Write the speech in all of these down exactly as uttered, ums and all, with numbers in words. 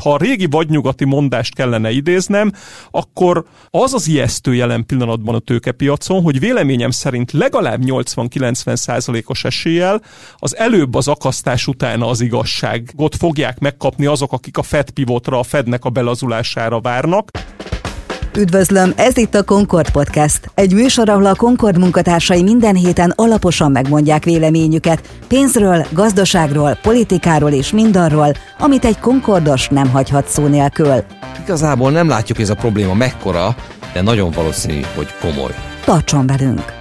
ha a régi vadnyugati mondást kellene idéznem, akkor az az ijesztő jelen pillanatban a tőkepiacon, hogy véleményem szerint legalább nyolcvan-kilencven százalékos eséllyel az előbb az akasztás utána az igazságot fogják megkapni azok, akik a Fed pivotra, a Fednek a belazulására várnak. Üdvözlöm, ez itt a Concord Podcast. Egy műsor, ahol a Concord munkatársai minden héten alaposan megmondják véleményüket pénzről, gazdaságról, politikáról és mindarról, amit egy Concordos nem hagyhat szó nélkül. Igazából nem látjuk, hogy ez a probléma mekkora, de nagyon valószínű, hogy komoly. Tartson velünk!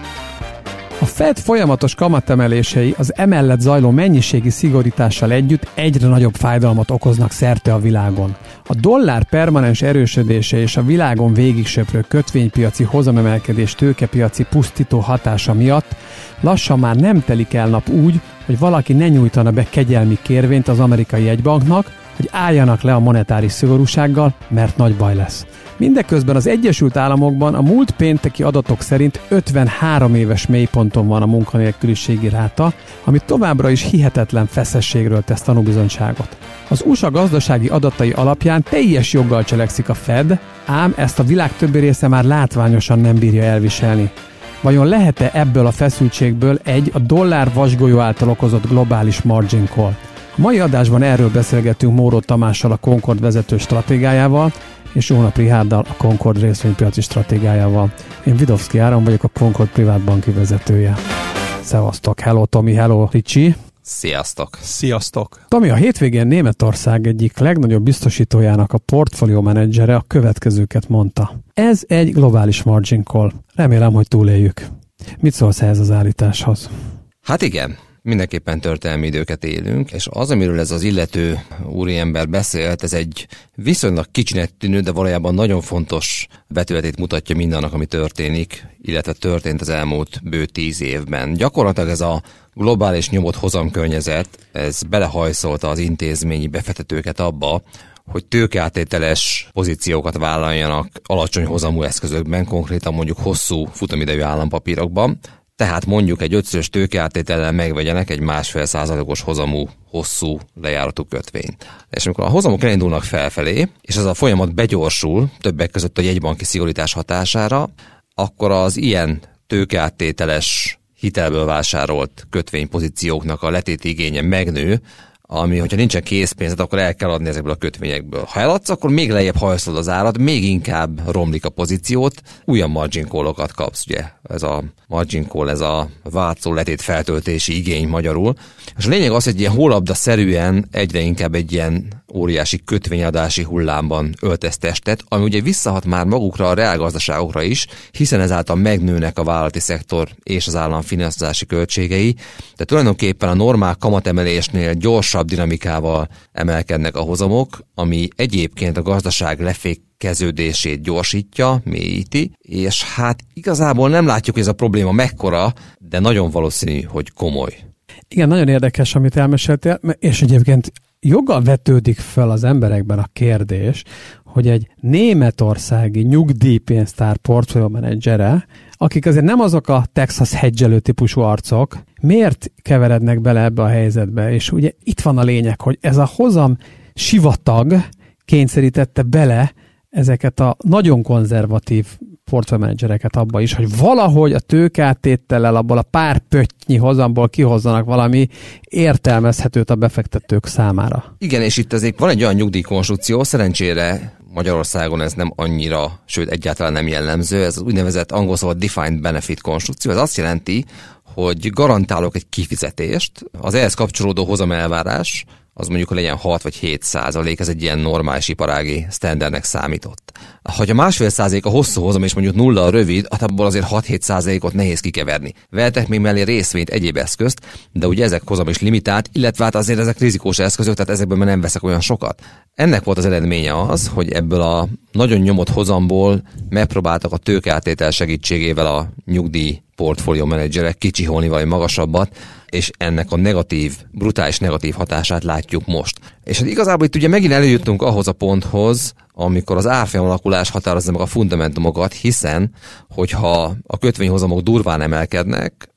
A Fed folyamatos kamatemelései az emellett zajló mennyiségi szigorítással együtt egyre nagyobb fájdalmat okoznak szerte a világon. A dollár permanens erősödése és a világon végigsöprő kötvénypiaci hozamemelkedés tőkepiaci pusztító hatása miatt lassan már nem telik el nap úgy, hogy valaki ne nyújtana be kegyelmi kérvényt az amerikai jegybanknak, hogy álljanak le a monetáris szigorúsággal, mert nagy baj lesz. Mindeközben az Egyesült Államokban a múlt pénteki adatok szerint ötvenhárom éves mélyponton van a munkanélküliségi ráta, ami továbbra is hihetetlen feszességről tesz tanúbizonyságot. Az u es á gazdasági adatai alapján teljes joggal cselekszik a Fed, ám ezt a világ többi része már látványosan nem bírja elviselni. Vajon lehet-e ebből a feszültségből egy a dollár vasgolyó által okozott globális margin call? A mai adásban erről beszélgetünk Móró Tamással, a Concord vezető stratégájával, és Ónap Richárddal, a Concord részvénypiaci stratégájával. Én Vidovszky Áron vagyok, a Concord privát banki vezetője. Szevasztok, hello Tomi, hello Ricsi. Sziasztok! Sziasztok! Tomi, a hétvégén Németország egyik legnagyobb biztosítójának a portfólió menedzsere a következőket mondta. Ez egy globális margin call. Remélem, hogy túléljük. Mit szólsz ehhez az állításhoz? Hát igen. Mindenképpen történelmi időket élünk, és az, amiről ez az illető úriember beszélt, ez egy viszonylag kicsinek tűnő, de valójában nagyon fontos vetületét mutatja mindannak, ami történik, illetve történt az elmúlt bő tíz évben. Gyakorlatilag ez a globális nyomott hozamkörnyezet, ez belehajszolta az intézményi befektetőket abba, hogy tőkeáttételes pozíciókat vállaljanak alacsony hozamú eszközökben, konkrétan mondjuk hosszú futamidejű állampapírokban. Tehát mondjuk egy ötszörös tőkeáttétellel megvegyenek egy másfél százalékos hozamú, hosszú lejáratú kötvényt. És amikor a hozamok elindulnak felfelé, és ez a folyamat begyorsul, többek között a jegybanki szigorítás hatására, akkor az ilyen tőkeáttételes hitelből vásárolt kötvénypozícióknak a letéti igénye megnő, ami, hogyha nincsen készpénzed, akkor el kell adni ezekből a kötvényekből. Ha eladsz, akkor még lejjebb hajszolod az árat, még inkább romlik a pozíciót, újabb margin call-okat kapsz, ugye? Ez a margin call, ez a változó letét feltöltési igény magyarul. És a lényeg az, hogy ilyen hólabda-szerűen egyre inkább egy ilyen óriási kötvényadási hullámban öltesz testet, ami ugye visszahat már magukra a reálgazdaságokra is, hiszen ezáltal megnőnek a vállalati szektor és az állam finanszírozási költségei, de tulajdonképpen a normál kamatemelésnél gyorsabb dinamikával emelkednek a hozamok, ami egyébként a gazdaság lefékeződését gyorsítja, mélyíti, és hát igazából nem látjuk, hogy ez a probléma mekkora, de nagyon valószínű, hogy komoly. Igen, nagyon érdekes, amit elmeséltél, és egyébként joggal vetődik fel az emberekben a kérdés, hogy egy németországi nyugdíjpénztár portfólió menedzsere, akik azért nem azok a Texas hedgelő típusú arcok, miért keverednek bele ebbe a helyzetbe? És ugye itt van a lényeg, hogy ez a hozam sivatag kényszerítette bele ezeket a nagyon konzervatív portfóliómenedzsereket abba is, hogy valahogy a tőkeáttétellel abból a pár pöttnyi hozamból kihozzanak valami értelmezhetőt a befektetők számára. Igen, és itt azért van egy olyan nyugdíjkonstrukció, szerencsére Magyarországon ez nem annyira, sőt egyáltalán nem jellemző, ez az úgynevezett angol szóval defined benefit konstrukció. Ez azt jelenti, hogy garantálok egy kifizetést, az ehhez kapcsolódó hozamelvárás, az mondjuk, hogy legyen hat vagy hét százalék, ez egy ilyen normális iparági sztendernek számított. Ha a másfél százalék a hosszú hozam, és mondjuk nulla a rövid, hát abból azért hat-hét százalékot nehéz kikeverni. Vehetek még mellé részvényt, egyéb eszközt, de ugye ezek hozam is limitált, illetve hát azért ezek rizikós eszközök, tehát ezekből már nem veszek olyan sokat. Ennek volt az eredménye az, hogy ebből a nagyon nyomott hozamból megpróbáltak a tőkeáttétel segítségével a nyugdíj portfólió menedzserek kicsiholni valami magasabbat, és ennek a negatív, brutális negatív hatását látjuk most. És hát igazából itt ugye megint eljutunk ahhoz a ponthoz, amikor az árfolyam alakulás határozza meg a fundamentumokat, hiszen hogyha a kötvényhozamok durván emelkednek,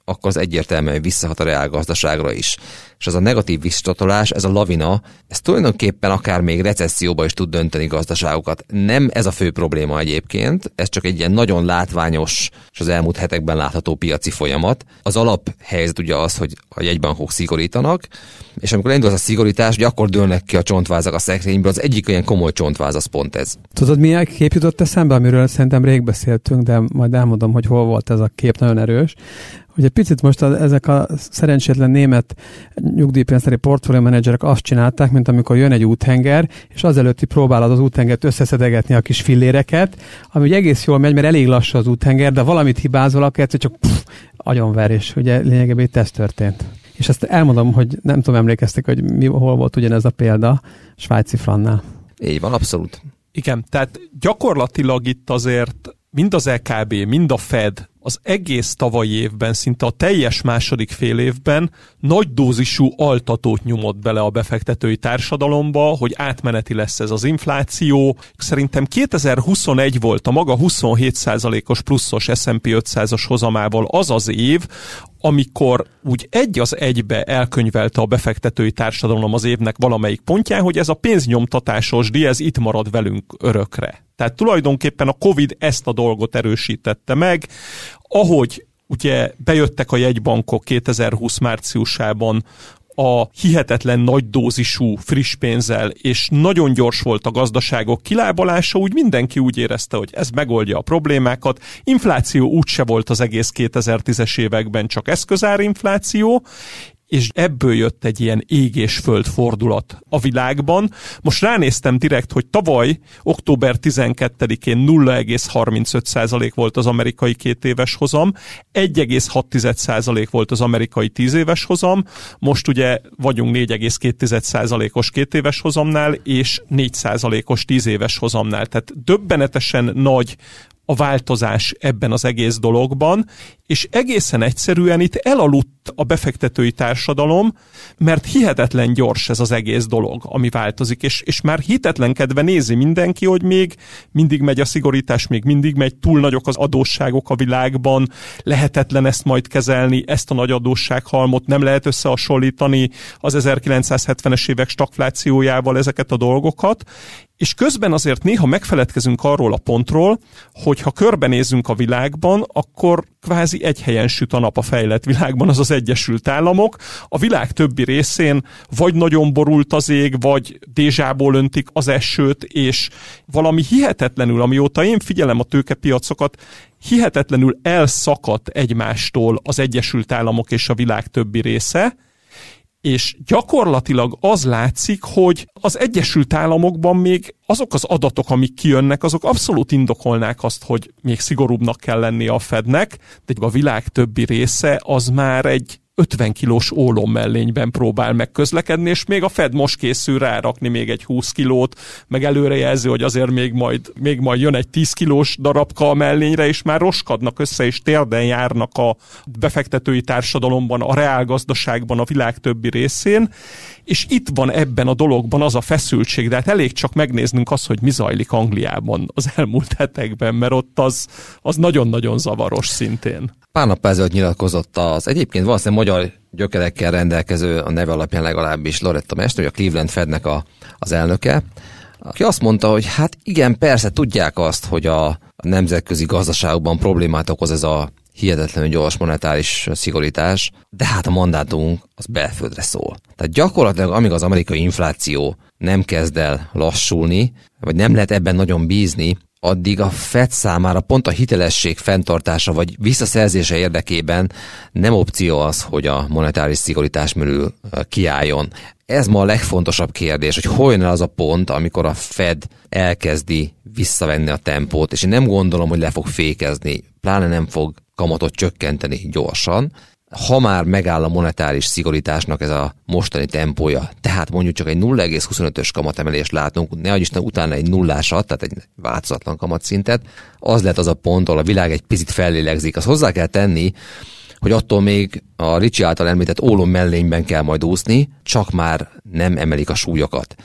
akkor az egyértelműen visszahat a reálgazdaságra is. És az a negatív visszacsatolás, ez a lavina, ez tulajdonképpen akár még recesszióba is tud dönteni gazdaságokat. Nem ez a fő probléma egyébként, ez csak egy ilyen nagyon látványos és az elmúlt hetekben látható piaci folyamat. Az alaphelyzet ugye az, hogy a jegybankok szigorítanak, és amikor elindul az a szigorítás, ugye akkor dőlnek ki a csontvázak a szekrényből, az egyik olyan komoly csontváz, az pont ez. Tudod, milyen kép jutott eszembe, amiről szerintem rég beszéltünk, de majd elmondom, hogy hol volt ez a kép, nagyon erős. Ugye picit most a, ezek a szerencsétlen német nyugdíjpénztári portfólió menedzserek azt csinálták, mint amikor jön egy úthenger, és azelőtti próbálod az úthengert összeszedegetni a kis filléreket, ami ugye egész jól megy, mert elég lassú az úthenger, de valamit hibázol, akkor csak pff, agyonver, és ugye lényegében itt ez történt. És ezt elmondom, hogy nem tudom, emlékeztek, hogy mi, hol volt ugyanez a példa svájci frannál. Így van, abszolút. Igen, tehát gyakorlatilag itt azért mind az é ká bé, mind a Fed az egész tavalyi évben, szinte a teljes második fél évben nagy dózisú altatót nyomott bele a befektetői társadalomba, hogy átmeneti lesz ez az infláció. Szerintem kétezer-huszonegy volt a maga huszonhét százalékos pluszos es and pé ötszázas hozamával az az év, amikor úgy egy az egybe elkönyvelte a befektetői társadalom az évnek valamelyik pontján, hogy ez a pénznyomtatásos díj, ez itt marad velünk örökre. Tehát tulajdonképpen a Covid ezt a dolgot erősítette meg, ahogy ugye bejöttek a jegybankok kétezer-húsz márciusában a hihetetlen nagy dózisú friss pénzzel, és nagyon gyors volt a gazdaságok kilábalása, úgy mindenki úgy érezte, hogy ez megoldja a problémákat. Infláció úgyse volt az egész kétezer-tízes években, csak eszközárinfláció, és ebből jött egy ilyen ég és föld fordulat a világban. Most ránéztem direkt, hogy tavaly, október tizenkettedikén nulla egész harmincöt százalék volt az amerikai két éves hozam, egy egész hat százalék volt az amerikai tíz éves hozam, most ugye vagyunk négy egész két százalékos két éves hozamnál, és négy százalékos tíz éves hozamnál. Tehát döbbenetesen nagy a változás ebben az egész dologban, és egészen egyszerűen itt elaludt a befektetői társadalom, mert hihetetlen gyors ez az egész dolog, ami változik, és, és már hitetlenkedve nézi mindenki, hogy még mindig megy a szigorítás, még mindig megy, túl nagyok az adósságok a világban, lehetetlen ezt majd kezelni, ezt a nagy adóssághalmot nem lehet összehasonlítani az ezerkilencszázhetvenes évek stagflációjával ezeket a dolgokat, és közben azért néha megfeledkezünk arról a pontról, hogy ha körbenézzünk a világban, akkor kvázi egy helyen süt a nap a fejlett világban, az az Egyesült Államok. A világ többi részén vagy nagyon borult az ég, vagy dézsából öntik az esőt, és valami hihetetlenül, amióta én figyelem a tőkepiacokat, hihetetlenül elszakadt egymástól az Egyesült Államok és a világ többi része, és gyakorlatilag az látszik, hogy az Egyesült Államokban még azok az adatok, amik kijönnek, azok abszolút indokolnák azt, hogy még szigorúbbnak kell lennie a Fednek, de a világ többi része az már egy ötven kilós ólommellényben próbál megközlekedni, és még a Fed most készül rárakni még egy húsz kilót, meg előrejelző, hogy azért még majd, még majd jön egy tíz kilós darabka a mellényre, és már roskadnak össze, és térden járnak a befektetői társadalomban, a reálgazdaságban, a világ többi részén, és itt van ebben a dologban az a feszültség, de hát elég csak megnéznünk azt, hogy mi zajlik Angliában az elmúlt hetekben, mert ott az, az nagyon-nagyon zavaros szintén. Pár nap ezelőtt nyilatkozott az egyébként valószínűleg magyar gyökerekkel rendelkező, a neve alapján legalábbis Loretta Mester, a Cleveland Fednek a, az elnöke, aki azt mondta, hogy hát igen, persze tudják azt, hogy a, a nemzetközi gazdaságokban problémát okoz ez a hihetetlenül gyors monetáris szigorítás, de hát a mandátumunk az belföldre szól. Tehát gyakorlatilag amíg az amerikai infláció nem kezd el lassulni, vagy nem lehet ebben nagyon bízni, addig a Fed számára pont a hitelesség fenntartása vagy visszaszerzése érdekében nem opció az, hogy a monetáris szigorítás mögül kiálljon. Ez ma a legfontosabb kérdés, hogy hol jön el az a pont, amikor a Fed elkezdi visszavenni a tempót, és én nem gondolom, hogy le fog fékezni, pláne nem fog kamatot csökkenteni gyorsan. Ha már megáll a monetáris szigorításnak ez a mostani tempója, tehát mondjuk csak egy nulla egész huszonötös kamatemelést látunk, nehogy Isten utána egy nullásat, tehát egy változatlan kamatszintet, az lehet az a pont, ahol a világ egy picit fellélegzik. Azt hozzá kell tenni, hogy attól még a Ricsi által említett ólom mellényben kell majd úszni, csak már nem emelik a súlyokat.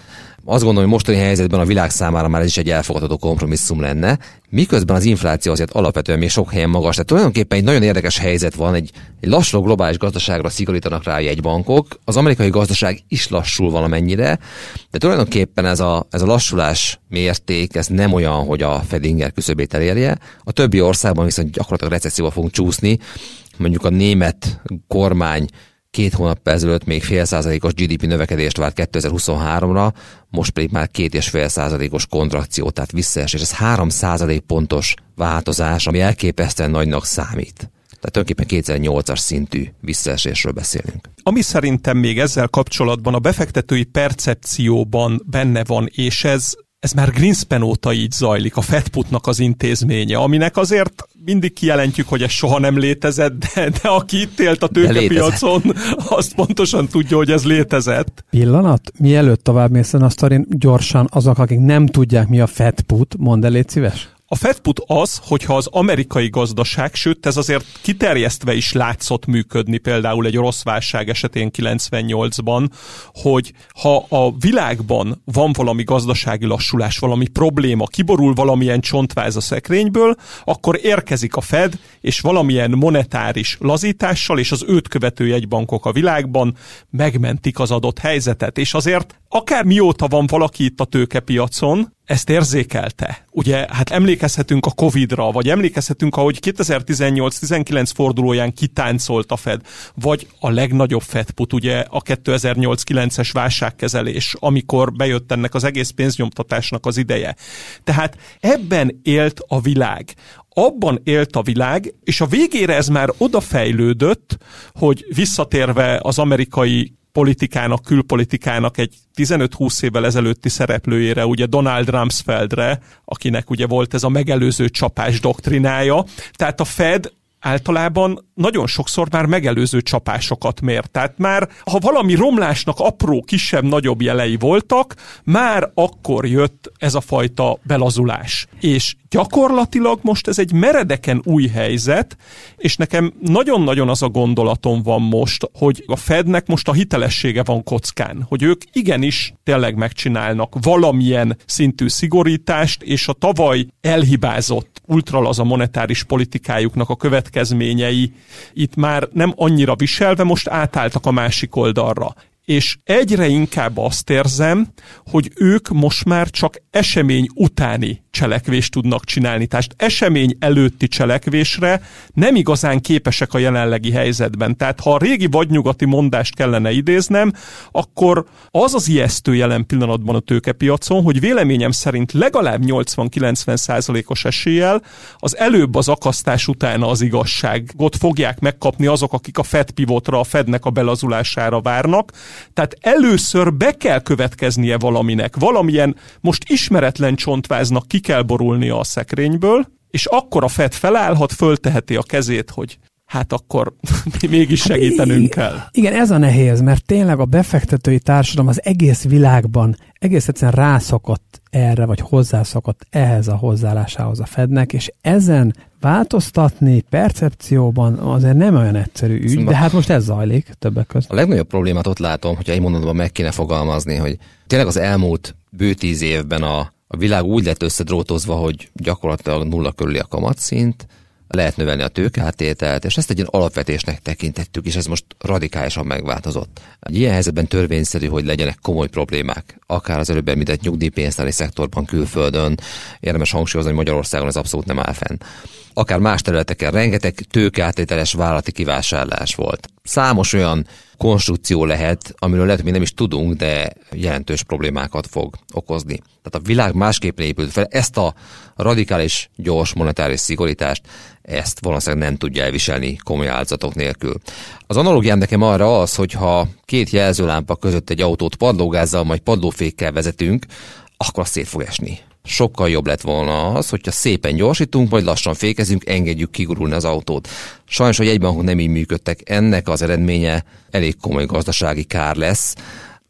Azt gondolom, hogy mostani helyzetben a világ számára már ez is egy elfogadható kompromisszum lenne, miközben az infláció azért alapvetően még sok helyen magas. Tehát tulajdonképpen egy nagyon érdekes helyzet van, egy, egy lassuló globális gazdaságra szigorítanak rá a jegybankok, az amerikai gazdaság is lassul valamennyire, de tulajdonképpen ez a, ez a lassulás mérték, ez nem olyan, hogy a Fed inger küszöbét elérje. A többi országban viszont gyakorlatilag recesszióba fogunk csúszni, mondjuk a német kormány két hónap ezelőtt még fél százalékos gé dé pé növekedést várt kétezer-huszonháromra, most pedig már két és fél százalékos kontrakció, tehát visszaesés. Ez három százalék pontos változás, ami elképesztően nagynak számít. Tehát tulajdonképpen kétezer-nyolcas szintű visszaesésről beszélünk. Ami szerintem még ezzel kapcsolatban a befektetői percepcióban benne van, és ez Ez már Greenspan óta így zajlik, a Fed Putnak az intézménye, aminek azért mindig kijelentjük, hogy ez soha nem létezett, de, de aki itt élt a tőkepiacon, azt pontosan tudja, hogy ez létezett. Pillanat, mielőtt tovább mész a sztorin, gyorsan azok, akik nem tudják, mi a Fed Put, mondd el, légy szíves. A Fed Put az, hogyha az amerikai gazdaság, sőt ez azért kiterjesztve is látszott működni, például egy orosz válság esetén kilencvennyolcban, hogy ha a világban van valami gazdasági lassulás, valami probléma, kiborul valamilyen csontváz a szekrényből, akkor érkezik a Fed, és valamilyen monetáris lazítással, és az őt követő jegybankok a világban megmentik az adott helyzetet. És azért akár mióta van valaki itt a tőkepiacon, ezt érzékelte. Ugye, hát emlékezhetünk a Covidra, vagy emlékezhetünk, ahogy kétezer-tizennyolc-tizenkilenc fordulóján kitáncolt a Fed, vagy a legnagyobb Fed Put, ugye a kétezer-nyolc-kilences válságkezelés, amikor bejött ennek az egész pénznyomtatásnak az ideje. Tehát ebben élt a világ. Abban élt a világ, és a végére ez már odafejlődött, hogy visszatérve az amerikai politikának, külpolitikának egy tizenöt-húsz évvel ezelőtti szereplőjére, ugye Donald Rumsfeldre, akinek ugye volt ez a megelőző csapás doktrinája. Tehát a Fed általában nagyon sokszor már megelőző csapásokat mér. Tehát már, ha valami romlásnak apró, kisebb, nagyobb jelei voltak, már akkor jött ez a fajta belazulás. És gyakorlatilag most ez egy meredeken új helyzet, és nekem nagyon-nagyon az a gondolatom van most, hogy a Fednek most a hitelessége van kockán, hogy ők igenis tényleg megcsinálnak valamilyen szintű szigorítást, és a tavaly elhibázott ultralaza monetáris politikájuknak a következményei itt már nem annyira viselve, most átálltak a másik oldalra. És egyre inkább azt érzem, hogy ők most már csak esemény utáni cselekvést tudnak csinálni. Tehát esemény előtti cselekvésre nem igazán képesek a jelenlegi helyzetben. Tehát ha a régi vadnyugati mondást kellene idéznem, akkor az az ijesztő jelen pillanatban a tőkepiacon, hogy véleményem szerint legalább nyolcvan-kilencven százalékos eséllyel az előbb az akasztás utána az igazságot fogják megkapni azok, akik a Fed pivotra, a Fednek a belazulására várnak. Tehát először be kell következnie valaminek, valamilyen most ismeretlen csontváznak ki kell borulnia a szekrényből, és akkor a Fed felállhat, fölteheti a kezét, hogy hát akkor mégis segítenünk kell. Igen, ez a nehéz, mert tényleg a befektetői társadalom az egész világban egész egyszerűen rászokott erre, vagy hozzászokott ehhez a hozzáállásához a Fednek, és ezen változtatni percepcióban azért nem olyan egyszerű ügy, szóval de hát most ez zajlik többek között. A legnagyobb problémát ott látom, hogyha egy mondatban meg kéne fogalmazni, hogy tényleg az elmúlt bő tíz évben a, a világ úgy lett összedrótozva, hogy gyakorlatilag nulla körüli a kamatszint, lehet növelni a tőkeáttételt, és ezt egy ilyen alapvetésnek tekintettük, és ez most radikálisan megváltozott. Egy ilyen helyzetben törvényszerű, hogy legyenek komoly problémák, akár az előbb említett nyugdíjpénztári szektorban, külföldön, érdemes hangsúlyozni, hogy Magyarországon ez abszolút nem áll fenn. Akár más területeken rengeteg tőkeáttételes vállalati kivásárlás volt. Számos olyan konstrukció lehet, amiről lehet, hogy mi nem is tudunk, de jelentős problémákat fog okozni. Tehát a világ másképpen épült fel. Ezt a radikális, gyors monetáris szigorítást, ezt valószínűleg nem tudja elviselni komoly áldozatok nélkül. Az analógiám nekem arra az, hogyha két jelzőlámpa között egy autót padlógázzal, majd padlófékkel vezetünk, akkor az szét fog esni. Sokkal jobb lett volna az, hogyha szépen gyorsítunk, majd lassan fékezünk, engedjük kigurulni az autót. Sajnos, hogy egybankok nem így működtek, ennek az eredménye elég komoly gazdasági kár lesz.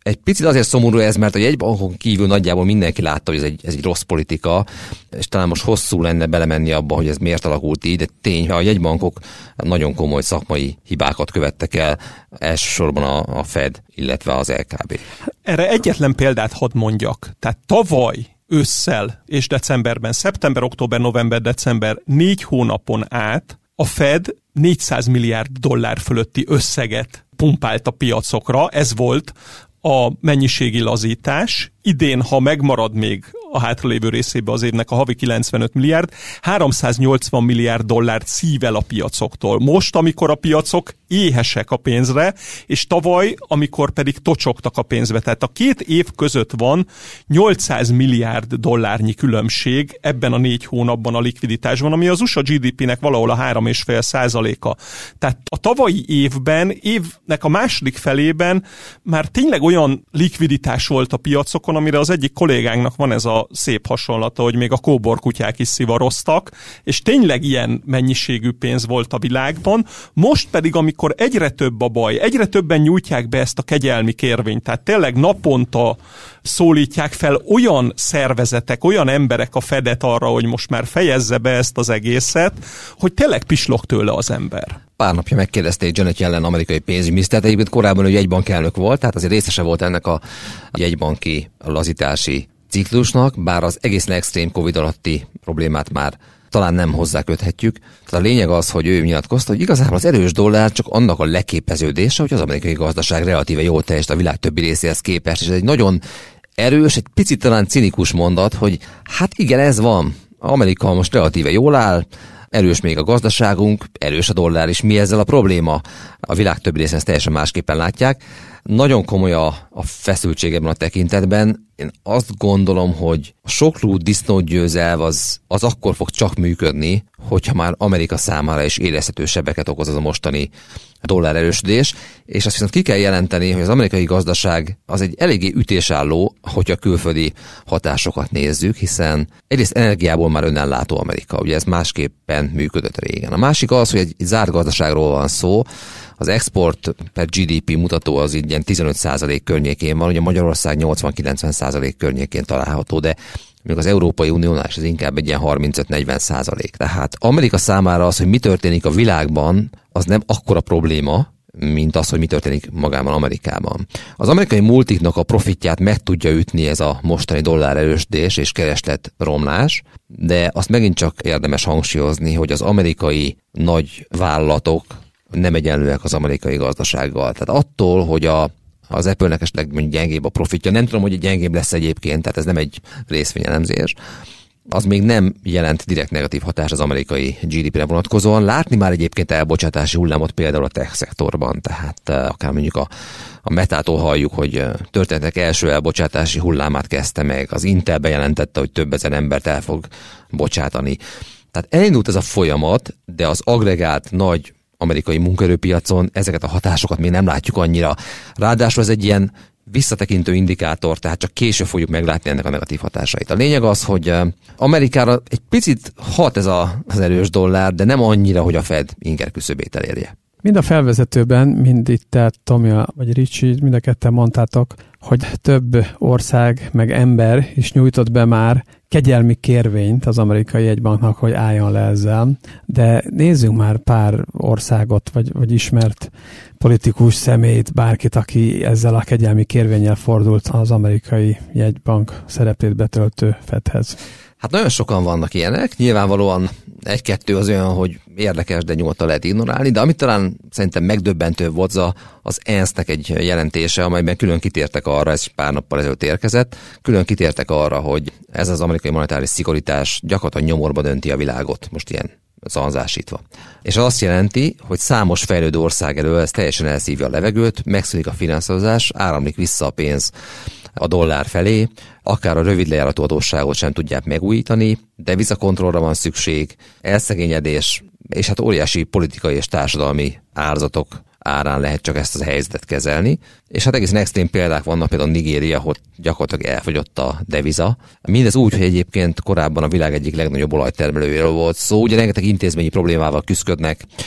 egy picit azért szomorú ez, mert a jegybankon kívül nagyjából mindenki látta, hogy ez egy, ez egy rossz politika, és talán most hosszú lenne belemenni abba, hogy ez miért alakult így, de tény, ha a jegybankok nagyon komoly szakmai hibákat követtek el, elsősorban a, a Fed, illetve az el ká bé. Erre egyetlen példát hadd mondjak. Tehát tavaly ősszel és decemberben, szeptember, október, november, december négy hónapon át a Fed négyszáz milliárd dollár fölötti összeget pumpált a piacokra. Ez volt a mennyiségi lazítás. Idén, ha megmarad még a hátralévő részébe az évnek a havi kilencvenöt milliárd, háromszáznyolcvan milliárd dollárt szív el a piacoktól. Most, amikor a piacok éhesek a pénzre, és tavaly, amikor pedig tocsogtak a pénzbe. Tehát a két év között van nyolcszáz milliárd dollárnyi különbség ebben a négy hónapban a likviditásban, ami az u es á gé dé pének valahol a három egész öt százaléka. Tehát a tavalyi évben, évnek a második felében már tényleg olyan likviditás volt a piacokon, amire az egyik kollégánknak van ez a szép hasonlata, hogy még a kóborkutyák is szivaroztak, és tényleg ilyen mennyiségű pénz volt a világban. Most pedig, amikor egyre több a baj, egyre többen nyújtják be ezt a kegyelmi kérvényt, tehát tényleg naponta szólítják fel olyan szervezetek, olyan emberek a Fedet arra, hogy most már fejezze be ezt az egészet, hogy tényleg pislog tőle az ember. Pár napja megkérdezték Janet Yellen amerikai pénzügyminisztert, egyébként korábban ő jegybankelnök volt, tehát azért részese volt ennek a jegybanki lazítási ciklusnak, bár az egészen extrém Covid alatti problémát már talán nem hozzáköthetjük. Tehát a lényeg az, hogy ő nyilatkozta, hogy igazából az erős dollár csak annak a leképeződése, hogy az amerikai gazdaság relatíve jól teljesít a világ többi részéhez képest, és ez egy nagyon erős, egy picit talán cinikus mondat, hogy hát igen, ez van. Amerika most relatíve jól áll, erős még a gazdaságunk, erős a dollár is. Mi ezzel a probléma? A világ többi részén ezt teljesen másképpen látják. Nagyon komoly a, a feszültség ebben a tekintetben. Én azt gondolom, hogy a soklú disznót győz el, az, az akkor fog csak működni, hogyha már Amerika számára is érezhető sebeket okoz az a mostani dollár erősödés, és azt viszont ki kell jelenteni, hogy az amerikai gazdaság az egy eléggé ütésálló, hogyha külföldi hatásokat nézzük, hiszen egyrészt energiából már önellátó Amerika, ugye ez másképpen működött régen. A másik az, hogy egy, egy zárt gazdaságról van szó, az export per gé dé pé mutató az így ilyen tizenöt százalék környékén van, ugye Magyarország nyolcvan-kilencven százalék környékén található, de még az Európai Uniónál is ez inkább egy ilyen harmincöt-negyven százalék. Tehát Amerika számára az, hogy mi történik a világban, az nem akkora probléma, mint az, hogy mi történik magában Amerikában. Az amerikai multiknak a profitját meg tudja ütni ez a mostani dollár erősödés és kereslet romlás, de azt megint csak érdemes hangsúlyozni, hogy az amerikai nagy vállalatok nem egyenlőek az amerikai gazdasággal. Tehát attól, hogy a az Apple-nek esetleg mondjuk gyengébb a profitja, nem tudom, hogy gyengébb lesz egyébként, tehát ez nem egy részvényelemzés, az még nem jelent direkt negatív hatás az amerikai gé dé pére vonatkozóan. Látni már egyébként elbocsátási hullámot például a tech szektorban, tehát akár mondjuk a, a Metától halljuk, hogy történetek első elbocsátási hullámát kezdte meg, az Intel bejelentette, hogy több ezer embert el fog bocsátani. Tehát elindult ez a folyamat, de az agregált nagy amerikai munkaerőpiacon ezeket a hatásokat még nem látjuk annyira. Ráadásul ez egy ilyen visszatekintő indikátor, tehát csak később fogjuk meglátni ennek a negatív hatásait. A lényeg az, hogy Amerikára egy picit hat ez a, az erős dollár, de nem annyira, hogy a Fed inger küszöbét elérje. Mind a felvezetőben, mind itt te, Tomja vagy Ricsi, mind a ketten mondtátok, hogy több ország meg ember is nyújtott be már kegyelmi kérvényt az amerikai jegybanknak, hogy álljon le ezzel, de nézzünk már pár országot, vagy, vagy ismert politikus személyt, bárkit, aki ezzel a kegyelmi kérvénnyel fordult az amerikai jegybank szerepét betöltő Fedhez. Hát nagyon sokan vannak ilyenek, nyilvánvalóan egy-kettő az olyan, hogy érdekes, de nyugodtan lehet ignorálni, de amit talán szerintem megdöbbentő volt az, az é en es nek egy jelentése, amelyben külön kitértek arra, ez pár nappal ezelőtt érkezett, külön kitértek arra, hogy ez az amerikai monetáris szigorítás gyakorlatilag nyomorba dönti a világot, most ilyen szanzásítva. És az azt jelenti, hogy számos fejlődő ország elől ez teljesen elszívja a levegőt, megszűnik a finanszírozás, áramlik vissza a pénz a dollár felé, akár a rövid lejáratú adósságot sem tudják megújítani, devizakontrollra van szükség, elszegényedés, és hát óriási politikai és társadalmi áldozatok árán lehet csak ezt a helyzetet kezelni. És hát egészen extrém példák vannak, például Nigéria, ahol gyakorlatilag elfogyott a deviza. Mindez úgy, hogy egyébként korábban a világ egyik legnagyobb olajtermelőjéről volt szó, ugye rengeteg intézményi problémával küzdködnek,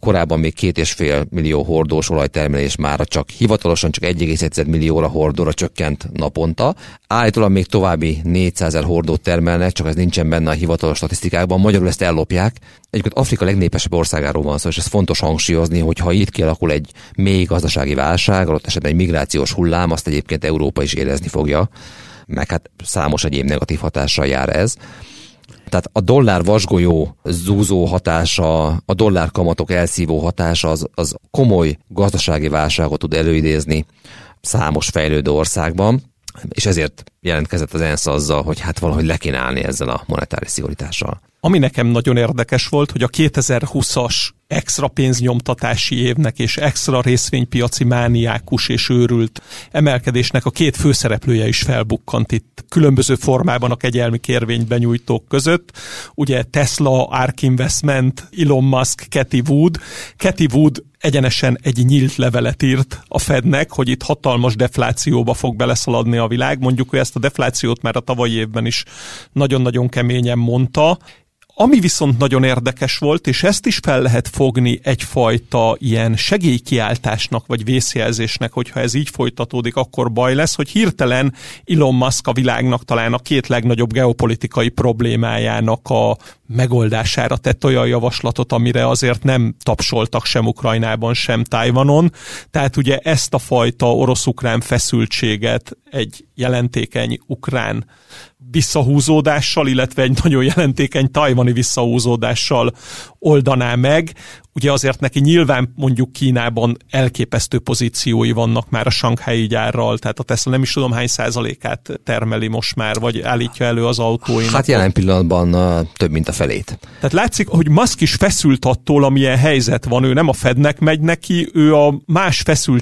korábban még két és fél millió hordós olajtermelés mára csak hivatalosan csak egy egész egy millióra hordóra csökkent naponta. Állítólag még további négyszázezer hordót termelnek, csak ez nincsen benne a hivatalos statisztikákban, magyarul ezt ellopják. Egyébként Afrika legnépesebb országáról van szó, és ez fontos hangsúlyozni, hogy ha itt kialakul egy mély gazdasági válság, ott esetben egy migrációs hullám, azt egyébként Európa is érezni fogja, meg hát számos egyéb negatív hatással jár ez. Tehát a dollár vasgolyó zúzó hatása, a dollár kamatok elszívó hatása az, az komoly gazdasági válságot tud előidézni számos fejlődő országban, és ezért jelentkezett az ENSZ azzal, hogy hát valahogy le kéne állni ezzel a monetáris szigorítással. Ami nekem nagyon érdekes volt, hogy a kétezer-húszas extra pénznyomtatási évnek és extra részvénypiaci mániákus és őrült emelkedésnek a két főszereplője is felbukkant itt különböző formában a kegyelmi kérvényt benyújtók között. Ugye Tesla, Ark Investment, Elon Musk, Cathie Wood. Cathie Wood egyenesen egy nyílt levelet írt a Fednek, hogy itt hatalmas deflációba fog beleszaladni a világ. Mondjuk, hogy ezt a deflációt már a tavalyi évben is nagyon-nagyon keményen mondta. Ami viszont nagyon érdekes volt, és ezt is fel lehet fogni egyfajta ilyen segélykiáltásnak, vagy vészjelzésnek, hogyha ez így folytatódik, akkor baj lesz, hogy hirtelen Elon Musk a világnak talán a két legnagyobb geopolitikai problémájának a megoldására tett olyan javaslatot, amire azért nem tapsoltak sem Ukrajnában, sem Tajvanon. Tehát ugye ezt a fajta orosz-ukrán feszültséget egy jelentékeny ukrán visszahúzódással, illetve egy nagyon jelentékeny tajvani visszahúzódással oldaná meg. Ugye azért neki nyilván mondjuk Kínában elképesztő pozíciói vannak már a sanghái gyárral, tehát a Tesla nem is tudom hány százalékát termeli most már, vagy állítja elő az autóinak. Hát jelen pillanatban uh, több, mint a felét. Tehát látszik, hogy Musk is feszült attól, amilyen helyzet van. Ő nem a Fednek megy neki, ő a más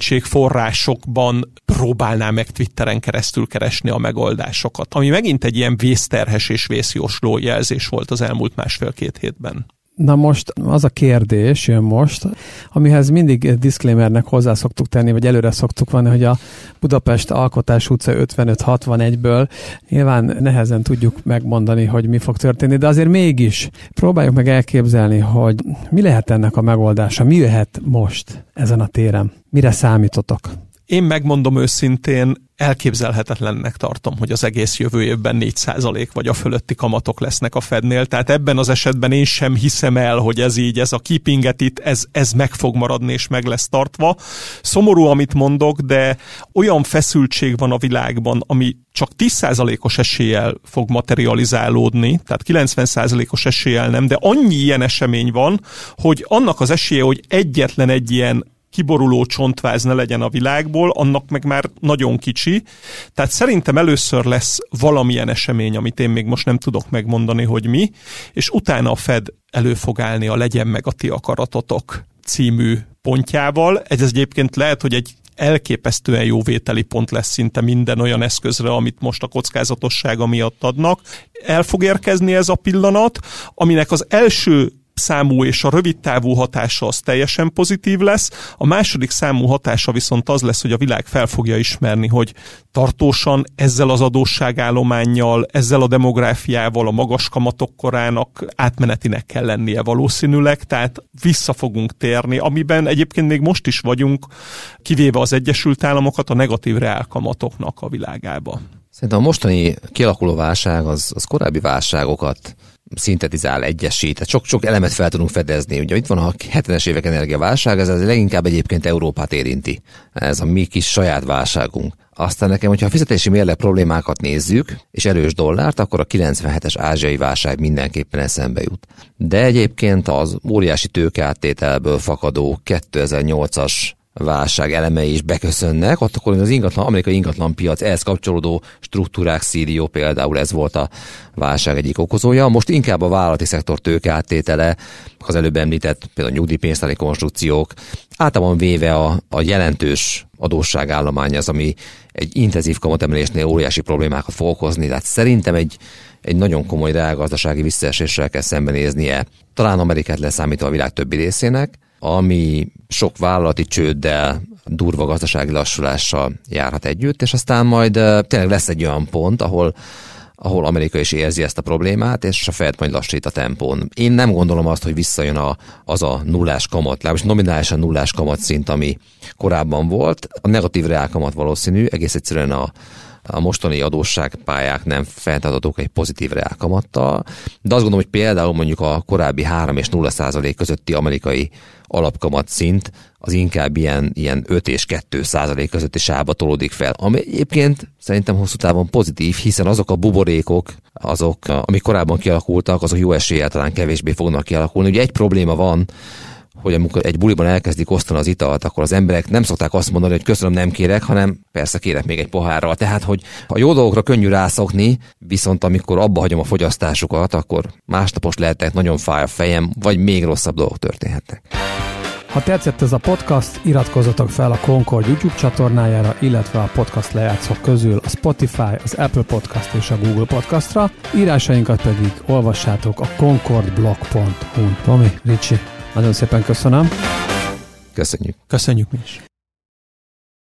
feszültségforrásokban próbálná meg Twitteren keresztül keresni a megoldásokat, ami megint egy ilyen vészterhes és vészjósló jelzés volt az elmúlt másfél-két hétben. Na most az a kérdés jön most, amihez mindig disclaimernek hozzá szoktuk tenni, vagy előre szoktuk venni, hogy a Budapest Alkotás utca ötvenöt hatvanegyből nyilván nehezen tudjuk megmondani, hogy mi fog történni, de azért mégis próbáljuk meg elképzelni, hogy mi lehet ennek a megoldása, mi jöhet most ezen a téren, mire számítotok? Én megmondom őszintén, elképzelhetetlennek tartom, hogy az egész jövő évben négy százalék vagy a fölötti kamatok lesznek a Fednél. Tehát ebben az esetben én sem hiszem el, hogy ez így, ez a keeping it itt, ez, ez meg fog maradni és meg lesz tartva. Szomorú, amit mondok, de olyan feszültség van a világban, ami csak tíz százalékos eséllyel fog materializálódni, tehát kilencven százalékos eséllyel nem, de annyi ilyen esemény van, hogy annak az esélye, hogy egyetlen egy ilyen kiboruló csontváz ne legyen a világból, annak meg már nagyon kicsi. Tehát szerintem először lesz valamilyen esemény, amit én még most nem tudok megmondani, hogy mi, és utána a Fed elő fog állni a Legyen meg a ti akaratotok című pontjával. Ez egyébként lehet, hogy egy elképesztően jó vételi pont lesz szinte minden olyan eszközre, amit most a kockázatossága miatt adnak. El fog érkezni ez a pillanat, aminek az első számú és a rövid távú hatása az teljesen pozitív lesz. A második számú hatása viszont az lesz, hogy a világ fel fogja ismerni, hogy tartósan ezzel az adósságállománnyal, ezzel a demográfiával, a magas kamatok korának átmenetinek kell lennie valószínűleg, tehát vissza fogunk térni, amiben egyébként még most is vagyunk, kivéve az Egyesült Államokat, a negatív reálkamatoknak a világába. Szerintem a mostani kialakuló válság az, az korábbi válságokat szintetizál, egyesít, tehát sok-sok elemet fel tudunk fedezni. Ugye itt van a hetvenes évek energiaválság, ez az leginkább egyébként Európát érinti. Ez a mi kis saját válságunk. Aztán nekem, hogyha a fizetési mérleg problémákat nézzük, és erős dollárt, akkor a kilencvenhetes ázsiai válság mindenképpen eszembe jut. De egyébként az óriási tőkeáttételből fakadó kétezer-nyolcas válság elemei is beköszönnek, ott akkor az ingatlan, amerikai ingatlanpiac, ehhez kapcsolódó struktúrák, szírió például, ez volt a válság egyik okozója. Most inkább a vállalati szektor tőkeáttétele, az előbb említett például nyugdíjpénztári konstrukciók, általában véve a, a jelentős adósságállomány az, ami egy intenzív kamatemelésnél óriási problémákat fog okozni, tehát szerintem egy, egy nagyon komoly reálgazdasági visszaeséssel kell szembenéznie, talán Amerikát leszámítva a világ többi részének, ami sok vállalati csőddel, durva gazdasági lassulással járhat együtt, és aztán majd tényleg lesz egy olyan pont, ahol, ahol Amerika is érzi ezt a problémát, és a Fed majd lassít a tempón. Én nem gondolom azt, hogy visszajön a, az a nullás kamat, legalábbis nominálisan nullás kamat szint, ami korábban volt. A negatív reálkamat valószínű, egész egyszerűen a a mostani adósságpályák nem fenntarthatók egy pozitív reálkamattal, de azt gondolom, hogy például mondjuk a korábbi három és nulla százalék közötti amerikai alapkamat szint az inkább ilyen, ilyen öt és kettő százalék közötti sávba tolódik fel, ami egyébként szerintem hosszú távon pozitív, hiszen azok a buborékok, azok, amik korábban kialakultak, azok jó eséllyel talán kevésbé fognak kialakulni. Ugye egy probléma van, hogy amikor egy buliban elkezdik osztani az italt, akkor az emberek nem szokták azt mondani, hogy köszönöm, nem kérek, hanem persze kérek még egy pohárral. Tehát, hogy a jó dolgokra könnyű rászokni, viszont amikor abba hagyom a fogyasztásukat, akkor másnapos lehetek, nagyon fáj a fejem, vagy még rosszabb dolgok történhetnek. Ha tetszett ez a podcast, iratkozzatok fel a Concord YouTube csatornájára, illetve a podcast lejátszók közül a Spotify, az Apple Podcast és a Google Podcastra. Írásainkat pedig olvassátok a concordblog pont hu. Tomi, Ricsi, nagyon szépen köszönöm. Köszönjük. Köszönjük mi is.